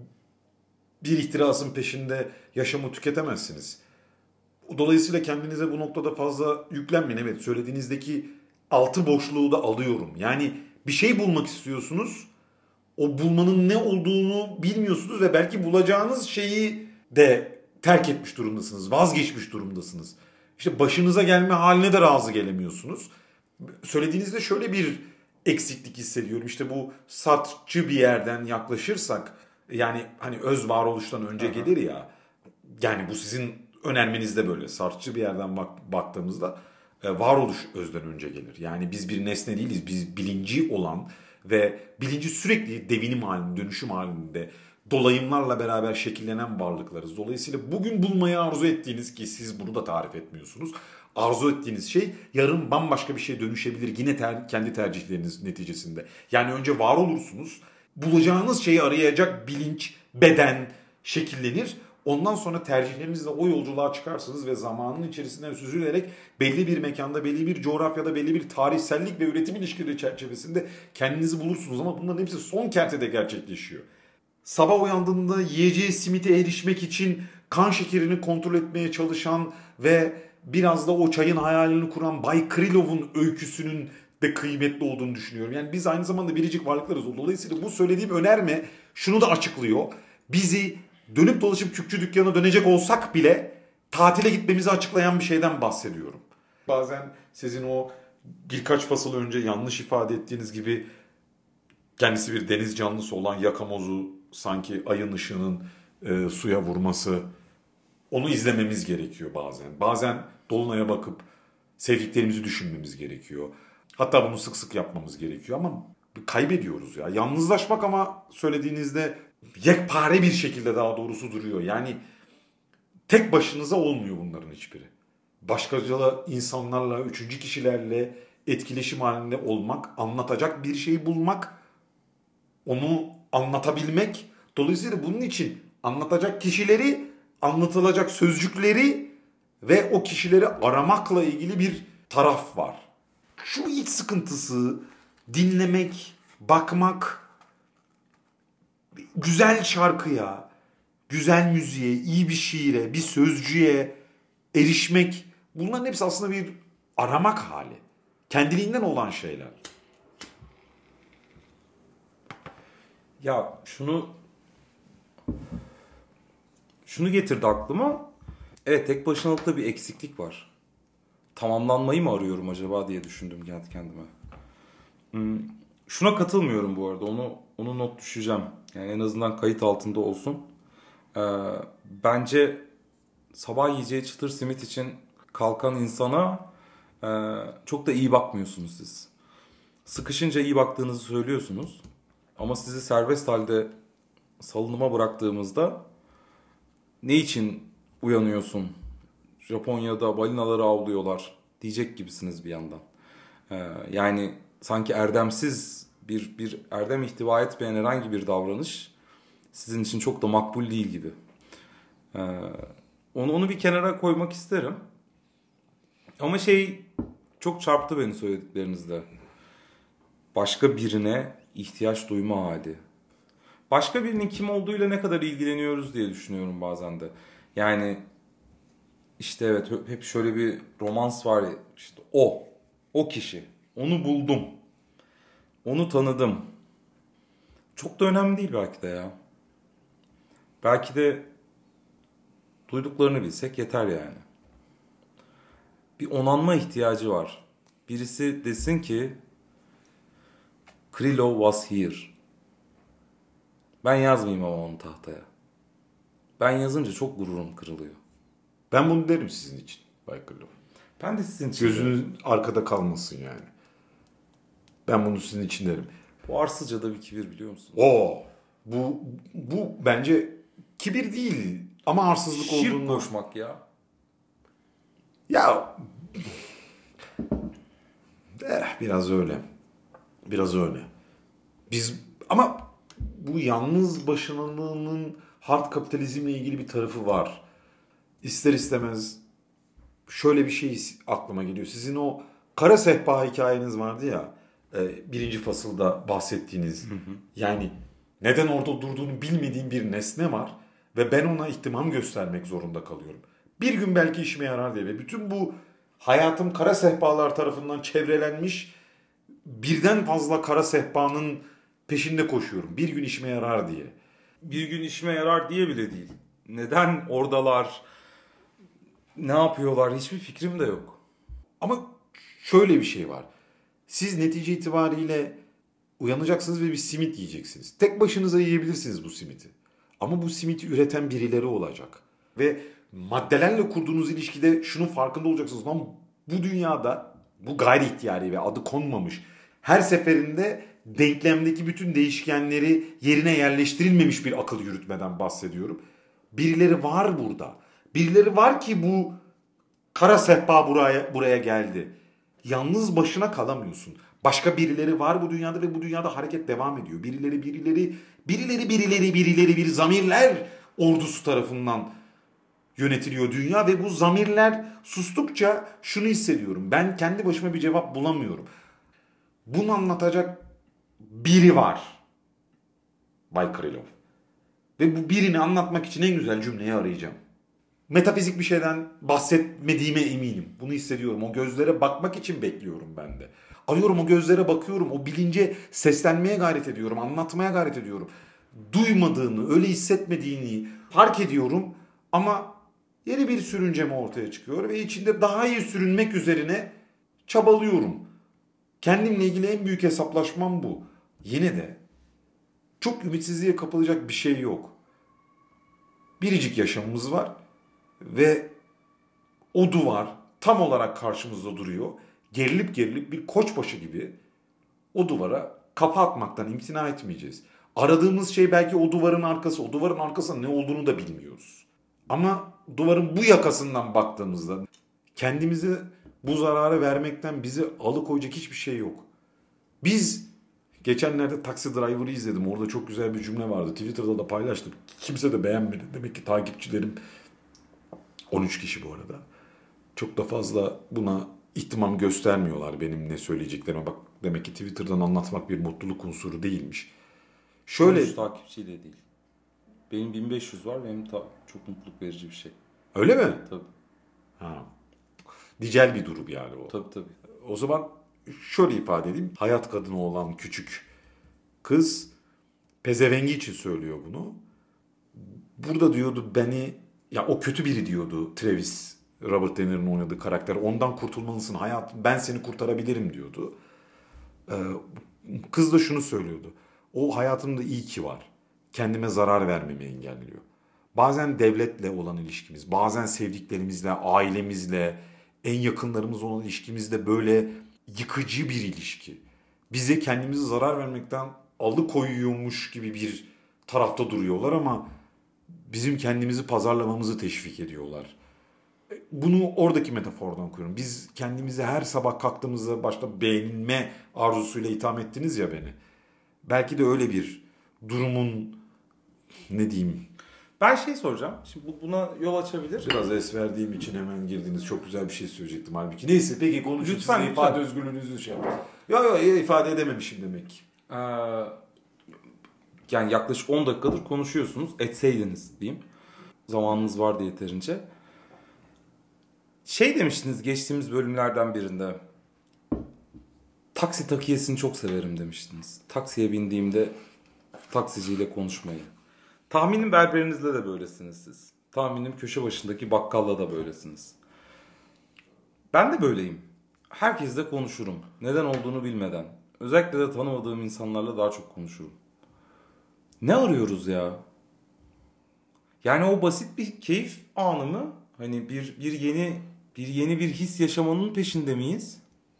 bir ihtirasın peşinde yaşamı tüketemezsiniz. Dolayısıyla kendinize bu noktada fazla yüklenmeyin. Evet, söylediğinizdeki altı boşluğu da alıyorum. Yani bir şey bulmak istiyorsunuz. O bulmanın ne olduğunu bilmiyorsunuz ve belki bulacağınız şeyi de terk etmiş durumdasınız. Vazgeçmiş durumdasınız. İşte başınıza gelme haline de razı gelemiyorsunuz. Söylediğinizde şöyle bir eksiklik hissediyorum. İşte bu Sartre'cı bir yerden yaklaşırsak, yani hani öz varoluştan önce gelir ya. Yani bu sizin önermenizde böyle. Sartre'cı bir yerden bak, baktığımızda e, varoluş özden önce gelir. Yani biz bir nesne değiliz. Biz bilinci olan ve bilinci sürekli devinim halinde, dönüşüm halinde dolayımlarla beraber şekillenen varlıklarız. Dolayısıyla bugün bulmayı arzu ettiğiniz, ki siz bunu da tarif etmiyorsunuz, arzu ettiğiniz şey yarın bambaşka bir şeye dönüşebilir yine ter, kendi tercihleriniz neticesinde. Yani önce var olursunuz, bulacağınız şeyi arayacak bilinç, beden şekillenir. Ondan sonra tercihlerinizle o yolculuğa çıkarsınız ve zamanın içerisinden süzülerek belli bir mekanda, belli bir coğrafyada, belli bir tarihsellik ve üretim ilişkileri çerçevesinde kendinizi bulursunuz. Ama bunların hepsi son kertede gerçekleşiyor. Sabah uyandığında yiyeceği simite erişmek için kan şekerini kontrol etmeye çalışan ve biraz da o çayın hayalini kuran Bay Krylov'un öyküsünün de kıymetli olduğunu düşünüyorum. Yani biz aynı zamanda biricik varlıklarız. Dolayısıyla bu söylediğim önerme şunu da açıklıyor. Bizi dönüp dolaşıp Kürkçü dükkana dönecek olsak bile tatile gitmemizi açıklayan bir şeyden bahsediyorum. Bazen sizin o birkaç fasıl önce yanlış ifade ettiğiniz gibi kendisi bir deniz canlısı olan yakamozu sanki ayın ışığının e, suya vurması, onu izlememiz gerekiyor bazen. Bazen dolunaya bakıp sevdiklerimizi düşünmemiz gerekiyor. Hatta bunu sık sık yapmamız gerekiyor ama kaybediyoruz ya. Yalnızlaşmak ama söylediğinizde yekpare bir şekilde daha doğrusu duruyor. Yani tek başınıza olmuyor bunların hiçbiri. Başkaca insanlarla, üçüncü kişilerle etkileşim halinde olmak, anlatacak bir şey bulmak, onu anlatabilmek. Dolayısıyla bunun için anlatacak kişileri, anlatılacak sözcükleri ve o kişileri aramakla ilgili bir taraf var. Şu iç sıkıntısı dinlemek, bakmak, güzel şarkıya, güzel müziğe, iyi bir şiire, bir sözcüğe erişmek, bunların hepsi aslında bir aramak hali. Kendiliğinden olan şeyler. Ya şunu şunu getirdi aklıma. Evet, tek başınalıkta bir eksiklik var. Tamamlanmayı mı arıyorum acaba diye düşündüm kendi kendime. Hmm, şuna katılmıyorum bu arada. Onu onu not düşeceğim. Yani en azından kayıt altında olsun. Ee, bence sabah yiyeceği çıtır simit için kalkan insana e, çok da iyi bakmıyorsunuz siz. Sıkışınca iyi baktığınızı söylüyorsunuz. Ama sizi serbest halde salınıma bıraktığımızda ne için uyanıyorsun? Japonya'da balinaları avlıyorlar diyecek gibisiniz bir yandan. Ee, yani sanki erdemsiz bir bir erdem ihtiva etmeyen herhangi bir davranış sizin için çok da makbul değil gibi. Ee, onu onu bir kenara koymak isterim. Ama şey çok çarptı beni söylediklerinizde. Başka birine ihtiyaç duyma hali. Başka birinin kim olduğuyla ne kadar ilgileniyoruz diye düşünüyorum bazen de. Yani işte evet, hep şöyle bir romans var ya, işte o, o kişi, onu buldum, onu tanıdım. Çok da önemli değil belki de ya. Belki de duyduklarını bilsek yeter yani. Bir onanma ihtiyacı var. Birisi desin ki Krylov was here. Ben yazmayayım ama onu tahtaya. Ben yazınca çok gururum kırılıyor. Ben bunu derim sizin için Bay Krylov. Ben de sizin için. Gözünüz arkada kalmasın yani. Ben bunu sizin için derim. Bu arsızca da bir kibir, biliyor musun? Oo, bu bu bence kibir değil ama arsızlık Şirk olduğunu. koşmak ya. Ya eh, biraz öyle. Biraz öyle. Biz ama bu yalnız başınalığının hard kapitalizmle ilgili bir tarafı var. İster istemez şöyle bir şey aklıma geliyor. Sizin o kara sehpa hikayeniz vardı ya, birinci fasılda bahsettiğiniz. Hı hı. Yani neden orada durduğunu bilmediğim bir nesne var ve ben ona ihtimam göstermek zorunda kalıyorum. Bir gün belki işime yarar diye ve bütün bu hayatım kara sehpalar tarafından çevrelenmiş birden fazla kara sehpanın peşinde koşuyorum. Bir gün işime yarar diye. Bir gün işime yarar diye bile değil. Neden oradalar? Ne yapıyorlar? Hiçbir fikrim de yok. Ama şöyle bir şey var. Siz netice itibariyle uyanacaksınız ve bir simit yiyeceksiniz. Tek başınıza yiyebilirsiniz bu simiti. Ama bu simiti üreten birileri olacak. Ve maddelerle kurduğunuz ilişkide şunun farkında olacaksınız. Lan bu dünyada bu gayri ihtiyari ve adı konmamış her seferinde denklemdeki bütün değişkenleri yerine yerleştirilmemiş bir akıl yürütmeden bahsediyorum. Birileri var burada. Birileri var ki bu kara sehpa buraya, buraya geldi. Yalnız başına kalamıyorsun. Başka birileri var bu dünyada ve bu dünyada hareket devam ediyor. Birileri birileri birileri birileri birileri bir zamirler ordusu tarafından yönetiliyor dünya ve bu zamirler sustukça şunu hissediyorum. Ben kendi başıma bir cevap bulamıyorum. Bunu anlatacak biri var. Bay Krylov. Ve bu birini anlatmak için en güzel cümleyi arayacağım. Metafizik bir şeyden bahsetmediğime eminim. Bunu hissediyorum. O gözlere bakmak için bekliyorum ben de. Arıyorum, o gözlere bakıyorum. O bilince seslenmeye gayret ediyorum. Anlatmaya gayret ediyorum. Duymadığını, öyle hissetmediğini fark ediyorum. Ama yeni bir sürünceme ortaya çıkıyor. Ve içinde daha iyi sürünmek üzerine çabalıyorum. Kendimle ilgili en büyük hesaplaşmam bu. Yine de çok ümitsizliğe kapılacak bir şey yok. Biricik yaşamımız var. Ve o duvar tam olarak karşımızda duruyor. Gerilip gerilip bir koçbaşı gibi o duvara kafa atmaktan imtina etmeyeceğiz. Aradığımız şey belki o duvarın arkası. O duvarın arkasında ne olduğunu da bilmiyoruz. Ama duvarın bu yakasından baktığımızda kendimize bu zararı vermekten bizi alıkoyacak hiçbir şey yok. Biz geçenlerde Taxi Driver'ı izledim. Orada çok güzel bir cümle vardı. Twitter'da da paylaştım. Kimse de beğenmedi. Demek ki takipçilerim on üç kişi bu arada. Çok da fazla buna ihtimam göstermiyorlar benim ne söyleyeceklerime. Bak demek ki Twitter'dan anlatmak bir mutluluk unsuru değilmiş. Şöyle on üç takipçiyle değil. Benim bin beş yüz var. Benim ta- çok mutluluk verici bir şey. Öyle mi? Tabii. Ha. Nicel bir durum yani o. Tabii tabii. O zaman şöyle ifade edeyim. Hayat kadını olan küçük kız pezevengi için söylüyor bunu. Burada diyordu beni, ya o kötü biri diyordu Travis, Robert De Niro'nun oynadığı karakter. Ondan kurtulmalısın hayatım, ben seni kurtarabilirim diyordu. Ee, kız da şunu söylüyordu. O hayatımda iyi ki var. Kendime zarar vermemi engelliyor. Bazen devletle olan ilişkimiz, bazen sevdiklerimizle, ailemizle, en yakınlarımız olan ilişkimizde böyle yıkıcı bir ilişki. Bize kendimize zarar vermekten alıkoyuyormuş gibi bir tarafta duruyorlar ama bizim kendimizi pazarlamamızı teşvik ediyorlar. Bunu oradaki metafordan kuruyorum. Biz kendimizi her sabah kalktığımızda başta beğenilme arzusuyla itham ettiniz ya beni. Belki de öyle bir durumun, ne diyeyim. Ben şey soracağım. Şimdi bu, buna yol açabilir. Biraz es verdiğim için hemen girdiniz. Çok güzel bir şey söyleyecektim halbuki. Neyse peki konuşun. Lütfen, Size lütfen. ifade özgürlüğünüzü şey yapın. Yok yok ifade edememişim demek ki. Ee, yani yaklaşık on dakikadır konuşuyorsunuz. Etseydiniz diyeyim. Zamanınız vardı yeterince. Şey demiştiniz geçtiğimiz bölümlerden birinde. Taksi takiyesini çok severim demiştiniz. Taksiye bindiğimde taksiciyle konuşmayı. Tahminim berberinizle de böylesiniz siz. Tahminim köşe başındaki bakkalla da böylesiniz. Ben de böyleyim. Herkesle konuşurum. Neden olduğunu bilmeden. Özellikle de tanımadığım insanlarla daha çok konuşurum. Ne arıyoruz ya? Yani o basit bir keyif anı mı? Hani bir bir yeni bir yeni bir his yaşamanın peşinde miyiz?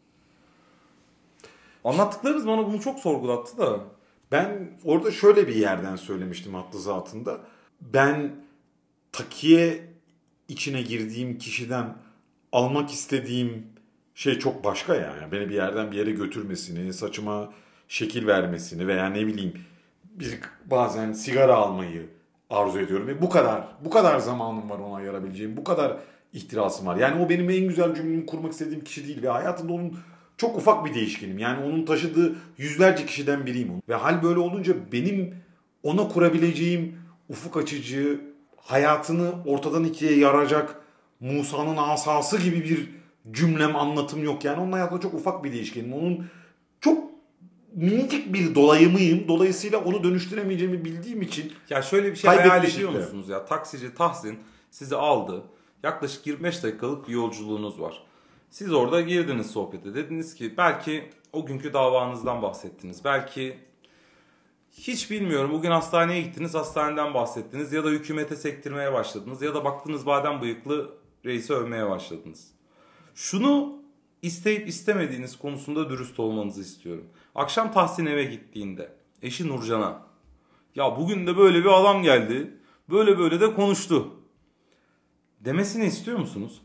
Anlattıklarınız bana bunu çok sorgulattı da. Ben orada şöyle bir yerden söylemiştim hattı zatında. Ben takiye içine girdiğim kişiden almak istediğim şey çok başka yani. Beni bir yerden bir yere götürmesini, saçıma şekil vermesini veya ne bileyim bir bazen sigara almayı arzu ediyorum. Ve bu kadar, bu kadar zamanım var ona ayırabileceğim, bu kadar ihtirasım var. Yani o benim en güzel cümlemi kurmak istediğim kişi değil ve hayatımda onun çok ufak bir değişkenim. Yani onun taşıdığı yüzlerce kişiden biriyim. Ve hal böyle olunca benim ona kurabileceğim ufuk açıcı, hayatını ortadan ikiye yaracak Musa'nın asası gibi bir cümlem, anlatım yok. Yani onun hayatında çok ufak bir değişkenim. Onun çok minicik bir dolayımıyım. Dolayısıyla onu dönüştüremeyeceğimi bildiğim için ya şöyle bir şey hayal ediyor kaybetmişlikle. musunuz ya? Taksici Tahsin sizi aldı. Yaklaşık yirmi beş dakikalık bir yolculuğunuz var. Siz orada girdiniz sohbete. Dediniz ki belki o günkü davanızdan bahsettiniz. Belki hiç bilmiyorum bugün hastaneye gittiniz, hastaneden bahsettiniz. Ya da hükümete sektirmeye başladınız. Ya da baktınız badem bıyıklı reisi övmeye başladınız. Şunu isteyip istemediğiniz konusunda dürüst olmanızı istiyorum. Akşam Tahsin eve gittiğinde eşi Nurcan'a ya bugün de böyle bir adam geldi. Böyle böyle de konuştu demesini istiyor musunuz?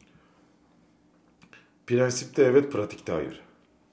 Prensipte evet, pratikte hayır.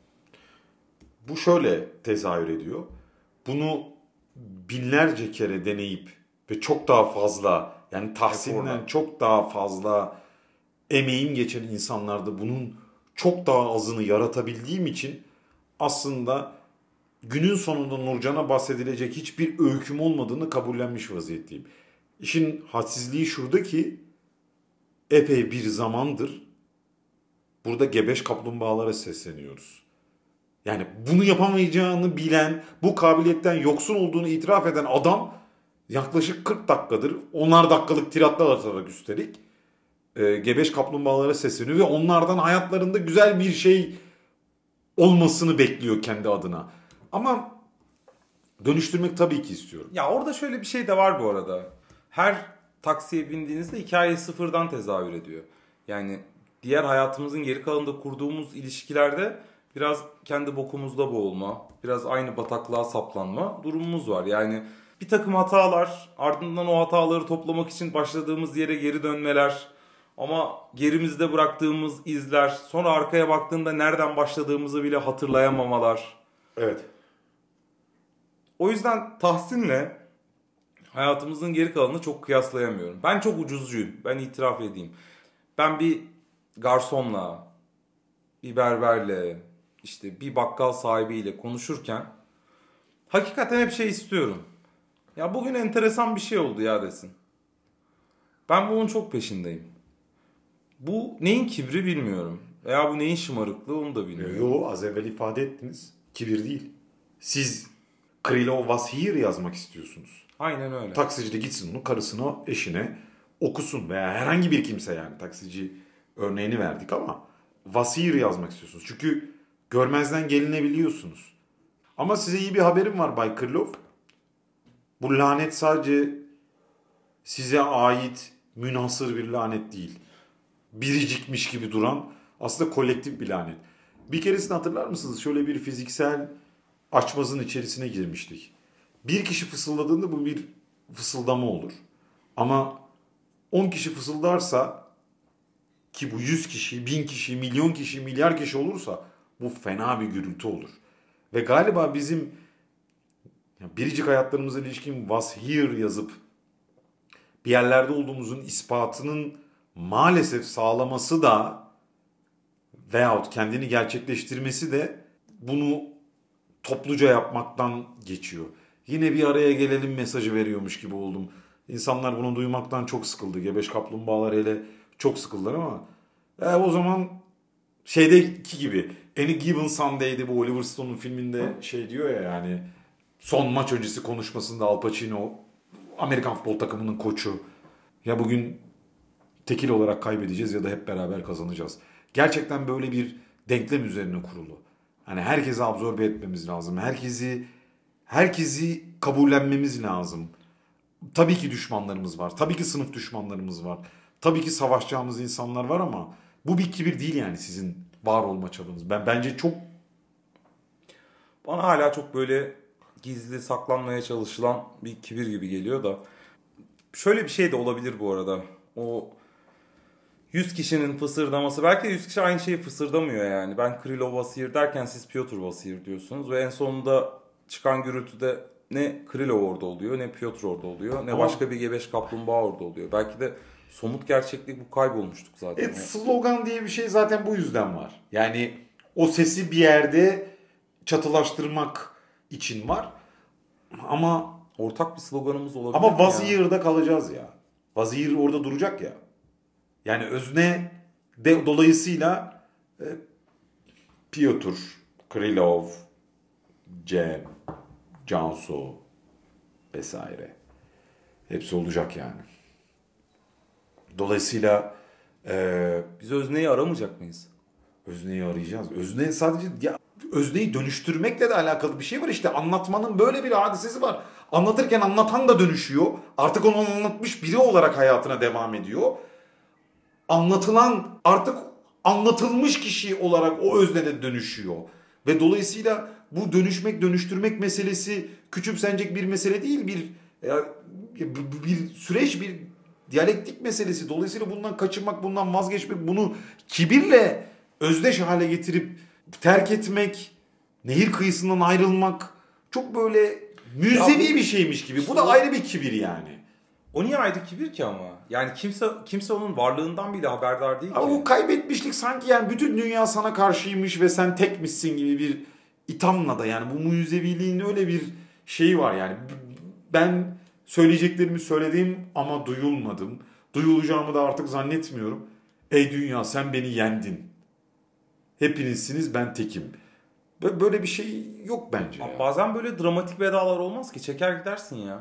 Bu şöyle tezahür ediyor. Bunu binlerce kere deneyip ve çok daha fazla, yani Tahsin'den çok daha fazla emeğim geçen insanlarda bunun çok daha azını yaratabildiğim için aslında günün sonunda Nurcan'a bahsedilecek hiçbir öyküm olmadığını kabullenmiş vaziyetteyim. İşin hadsizliği şurada ki epey bir zamandır burada gebeş kaplumbağalara sesleniyoruz. Yani bunu yapamayacağını bilen, bu kabiliyetten yoksun olduğunu itiraf eden adam yaklaşık kırk dakikadır, onar dakikalık tiratlar atarak üstelik e, gebeş kaplumbağalara sesleniyor ve onlardan hayatlarında güzel bir şey olmasını bekliyor kendi adına. Ama dönüştürmek tabii ki istiyorum. Ya orada şöyle bir şey de var bu arada. Her taksiye bindiğinizde hikaye sıfırdan tezahür ediyor. Yani diğer hayatımızın geri kalanında kurduğumuz ilişkilerde biraz kendi bokumuzda boğulma, biraz aynı bataklığa saplanma durumumuz var. Yani bir takım hatalar, ardından o hataları toplamak için başladığımız yere geri dönmeler, ama gerimizde bıraktığımız izler, sonra arkaya baktığında nereden başladığımızı bile hatırlayamamalar. Evet. O yüzden Tahsin'le hayatımızın geri kalanını çok kıyaslayamıyorum. Ben çok ucuzcuyum, ben itiraf edeyim. Ben bir garsonla, bir berberle, işte bir bakkal sahibiyle konuşurken hakikaten hep şey istiyorum. Ya bugün enteresan bir şey oldu ya desin. Ben bunun çok peşindeyim. Bu neyin kibri bilmiyorum. Veya bu neyin şımarıklığı onu da bilmiyorum. Yo, az evvel ifade ettiniz. Kibir değil. Siz Krylov was here yazmak istiyorsunuz. Aynen öyle. Taksici de gitsin onu karısına, eşine okusun veya herhangi bir kimse yani. Taksici örneğini verdik ama was here yazmak istiyorsunuz. Çünkü görmezden gelinebiliyorsunuz. Ama size iyi bir haberim var Bay Krylov. Bu lanet sadece size ait münhasır bir lanet değil. Biricikmiş gibi duran aslında kolektif bir lanet. Bir keresini hatırlar mısınız? Şöyle bir fiziksel açmazın içerisine girmiştik. Bir kişi fısıldadığında bu bir fısıldama olur. Ama on kişi fısıldarsa, ki bu yüz kişi, bin kişi, milyon kişi, milyar kişi olursa bu fena bir gürültü olur. Ve galiba bizim biricik hayatlarımıza ilişkin was here yazıp bir yerlerde olduğumuzun ispatının maalesef sağlaması da veyahut kendini gerçekleştirmesi de bunu topluca yapmaktan geçiyor. Yine bir araya gelelim mesajı veriyormuş gibi oldum. İnsanlar bunu duymaktan çok sıkıldı. Gebeş kaplumbağalar hele çok sıkıldılar ama e, o zaman şeydeki gibi Any Given Sunday'de bu Oliver Stone'un filminde şey diyor ya, yani son maç öncesi konuşmasında Al Pacino, Amerikan futbol takımının koçu, ya bugün tekil olarak kaybedeceğiz ya da hep beraber kazanacağız. Gerçekten böyle bir denklem üzerine kurulu. Hani herkesi absorbe etmemiz lazım. Herkesi herkesi kabullenmemiz lazım. Tabii ki düşmanlarımız var. Tabii ki sınıf düşmanlarımız var. Tabii ki savaşacağımız insanlar var ama bu bir kibir değil yani sizin var olma çabanız. Ben bence çok bana hala çok böyle gizli saklanmaya çalışılan bir kibir gibi geliyor da. Şöyle bir şey de olabilir bu arada. O yüz kişinin fısırdaması, belki de yüz kişi aynı şeyi fısırdamıyor yani. Ben Krylov was here derken siz Piotr was here diyorsunuz ve en sonunda çıkan gürültüde ne Krylov orada oluyor, ne Piotr orada oluyor, ne ama başka bir gebeş kaplumbağa orada oluyor. Belki de somut gerçeklik bu, kaybolmuştuk zaten. Evet, slogan diye bir şey zaten bu yüzden var. Yani o sesi bir yerde çatılaştırmak için var. Ama ortak bir sloganımız olabilir. Ama was here'da kalacağız ya. Was here orada duracak ya. Yani özne de dolayısıyla e, Piotr, Krylov, Cem, Cansu vesaire. Hepsi olacak yani. Dolayısıyla e, biz özneyi aramayacak mıyız? Özneyi arayacağız. Özne sadece ya, özneyi dönüştürmekle de alakalı bir şey var işte. Anlatmanın böyle bir hadisesi var. Anlatırken anlatan da dönüşüyor. Artık onu anlatmış biri olarak hayatına devam ediyor. Anlatılan artık anlatılmış kişi olarak o öznede dönüşüyor. Ve dolayısıyla bu dönüşmek, dönüştürmek meselesi küçümsenecek bir mesele değil. Bir bir süreç, bir diyalektik meselesi. Dolayısıyla bundan kaçınmak, bundan vazgeçmek, bunu kibirle özdeş hale getirip terk etmek, nehir kıyısından ayrılmak çok böyle müzevi bir şeymiş gibi. Bu da ayrı bir kibir yani. O niye ayrı kibir ki ama? Yani kimse kimse onun varlığından bile haberdar değil ama ki. Ama o kaybetmişlik sanki yani bütün dünya sana karşıymış ve sen tekmişsin gibi bir ithamla da, yani bu müzeviliğin öyle bir şeyi var yani. Ben söyleyeceklerimi söyledim ama duyulmadım. Duyulacağımı da artık zannetmiyorum. Ey dünya, sen beni yendin. Hepinizsiniz, ben tekim. Böyle bir şey yok bence. Ya. Bazen böyle dramatik vedalar olmaz ki. Çeker gidersin ya.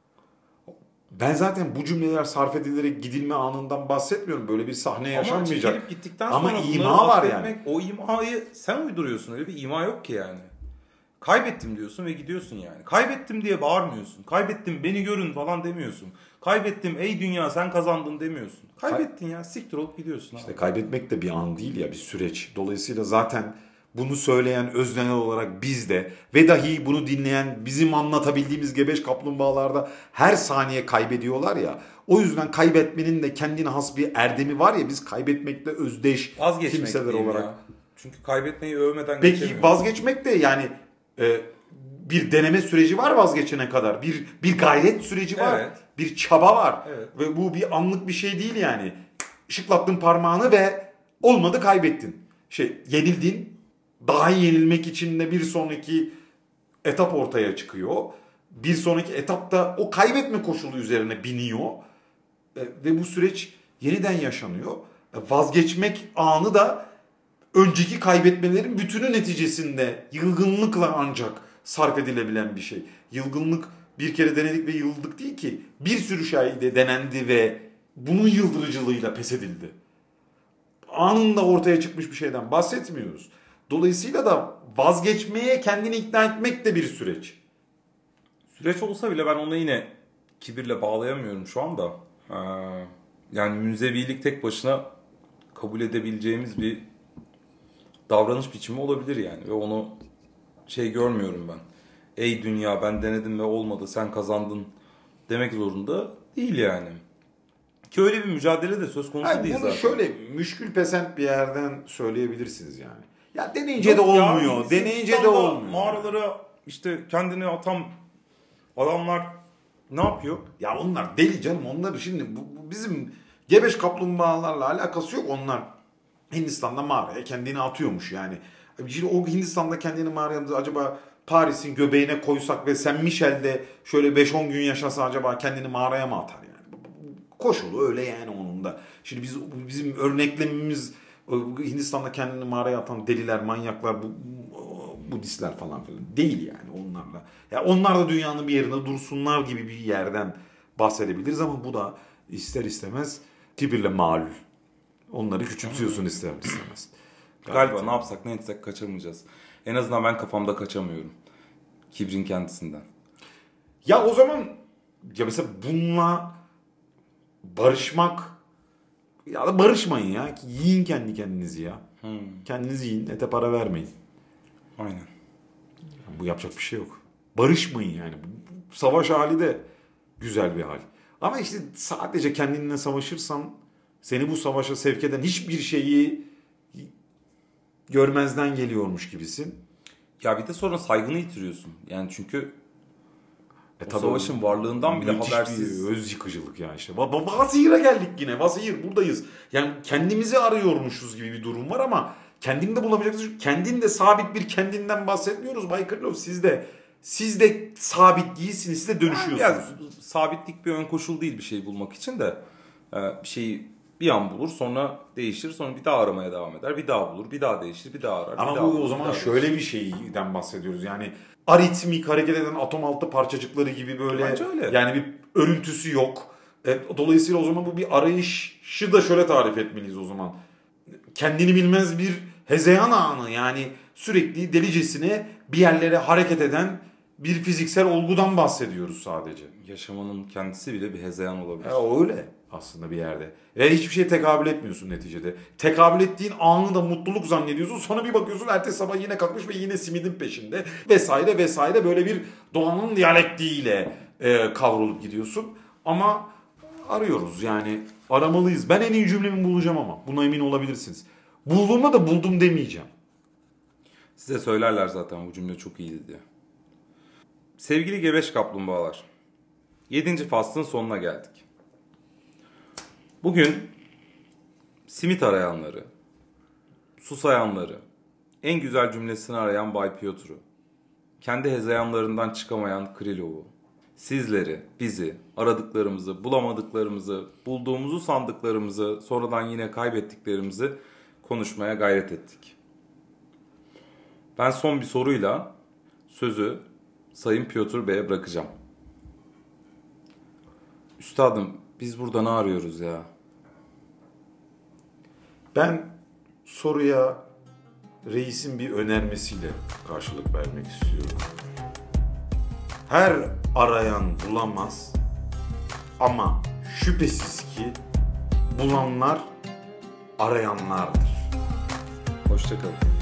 Ben zaten bu cümleler sarf edilerek gidilme anından bahsetmiyorum. Böyle bir sahne yaşanmayacak. Ama gittikten sonra ama ima var yani. O imayı sen uyduruyorsun. Öyle bir ima yok ki yani. Kaybettim diyorsun ve gidiyorsun yani. Kaybettim diye bağırmıyorsun. Kaybettim, beni görün falan demiyorsun. Kaybettim, ey dünya sen kazandın demiyorsun. Kaybettin ya, siktir olup gidiyorsun. İşte abi. Kaybetmek de bir an değil ya, bir süreç. Dolayısıyla zaten bunu söyleyen öznel olarak biz de ve dahi bunu dinleyen bizim anlatabildiğimiz gebeş kaplumbağalarda her saniye kaybediyorlar ya. O yüzden kaybetmenin de kendine has bir erdemi var ya, biz kaybetmekle özdeş kimseler olarak. Ya. Çünkü kaybetmeyi övmeden Peki geçemiyorum. vazgeçmek de yani e, bir deneme süreci var vazgeçene kadar. Bir bir gayret süreci var. Evet. Bir çaba var. Evet. Ve bu bir anlık bir şey değil yani. Şıklattın parmağını ve olmadı, kaybettin. Şey, yenildin. Daha iyi yenilmek için de bir sonraki etap ortaya çıkıyor. bir sonraki etapta o kaybetme koşulu üzerine biniyor. E, ve bu süreç yeniden yaşanıyor. E, vazgeçmek anı da önceki kaybetmelerin bütünü neticesinde yılgınlıkla ancak sarf edilebilen bir şey. Yılgınlık bir kere denedik ve yıldık değil ki. Bir sürü şey de denendi ve bunun yıldırıcılığıyla pes edildi. Anında ortaya çıkmış bir şeyden bahsetmiyoruz. Dolayısıyla da vazgeçmeye kendini ikna etmek de bir süreç. Süreç olsa bile ben onu yine kibirle bağlayamıyorum şu anda. Ee, yani münzevilik tek başına kabul edebileceğimiz bir davranış biçimi olabilir yani. Ve onu şey görmüyorum ben. Ey dünya ben denedim ve olmadı sen kazandın demek zorunda değil yani. Ki öyle bir mücadele de söz konusu Hayır, değil bunu zaten. şöyle müşkül pesent bir yerden söyleyebilirsiniz yani. Ya deneyince Yok de olmuyor. ya, deneyince de İstanbul'da olmuyor. Mağaralara işte kendini atan adamlar ne yapıyor? Ya onlar deli canım. Onlar şimdi bu, bu bizim gebeş kaplumbağalarla alakası yok. Onlar Hindistan'da mağaraya kendini atıyormuş yani. Şimdi o Hindistan'da kendini mağaraya acaba Paris'in göbeğine koysak ve Saint Michel'de şöyle beş on gün yaşasa acaba kendini mağaraya mı atar yani? Koşulu öyle yani onun da. Şimdi biz bizim örneklememiz Hindistan'da kendini mağaraya atan deliler, manyaklar, bu Budistler falan filan değil yani onlarla. Ya onlar da dünyanın bir yerinde dursunlar gibi bir yerden bahsedebiliriz ama bu da ister istemez kibirle malul. Onları küçümsüyorsun ister istemez. Galiba Galiba ne yapsak ne etsek kaçamayacağız. En azından ben kafamda kaçamıyorum. Kibrin kendisinden. Ya o zaman ya mesela bununla barışmak ya da barışmayın ya. Yiyin kendi kendinizi ya. Hmm. Kendiniz yiyin. Ete para vermeyin. Aynen. Bu yapacak bir şey yok. Barışmayın yani. Savaş hali de güzel bir hal. Ama işte sadece kendinle savaşırsan seni bu savaşa sevk eden hiçbir şeyi görmezden geliyormuş gibisin. Ya bir de sonra saygını yitiriyorsun. Yani çünkü e, o savaşın varlığından bile habersiz. Bir öz yıkıcılık ya işte. Vasiyir'e geldik yine. Vasiyir buradayız. Yani kendimizi arıyormuşuz gibi bir durum var ama kendini de bulamayacaksın. Kendin de sabit bir kendinden bahsetmiyoruz. Bay Krylov siz de siz de sabit değilsiniz. Siz de dönüşüyorsunuz. Yani sabitlik bir ön koşul değil bir şey bulmak için de. Bir şeyi bir an bulur sonra değişir sonra bir daha aramaya devam eder. Bir daha bulur bir daha değişir bir daha arar. Ama bir bu daha o zaman şöyle bir şeyden bahsediyoruz. Yani aritmik hareket eden atom altı parçacıkları gibi böyle yani bir örüntüsü yok. Dolayısıyla o zaman bu bir arayışı da şöyle tarif etmeliyiz o zaman. Kendini bilmez bir hezeyan anı yani sürekli delicesine bir yerlere hareket eden bir fiziksel olgudan bahsediyoruz sadece. Yaşamanın kendisi bile bir hezeyan olabilir. Ya öyle aslında bir yerde. Ve hiçbir şeye tekabül etmiyorsun neticede. Tekabül ettiğin anı da mutluluk zannediyorsun. Sonra bir bakıyorsun ertesi sabah yine kalkmış ve yine simidin peşinde. Vesaire vesaire böyle bir doğanın diyalektiğiyle e, kavrulup gidiyorsun. Ama arıyoruz yani aramalıyız. Ben en iyi cümlemi bulacağım ama buna emin olabilirsiniz. Bulduğumda da buldum demeyeceğim. Size söylerler zaten bu cümle çok iyiydi diye. Sevgili gebeş kaplumbağalar, yedinci faslın sonuna geldik. Bugün simit arayanları, susayanları, en güzel cümlesini arayan Bay Piotr'u, kendi hezeyanlarından çıkamayan Krylov'u, sizleri, bizi, aradıklarımızı, bulamadıklarımızı, bulduğumuzu sandıklarımızı, sonradan yine kaybettiklerimizi konuşmaya gayret ettik. Ben son bir soruyla sözü Sayın Piotr Bey'e bırakacağım. Üstadım, biz burada ne arıyoruz ya? Ben soruya reisin bir önermesiyle karşılık vermek istiyorum. Her arayan bulamaz ama şüphesiz ki bulanlar arayanlardır. Hoşça kalın.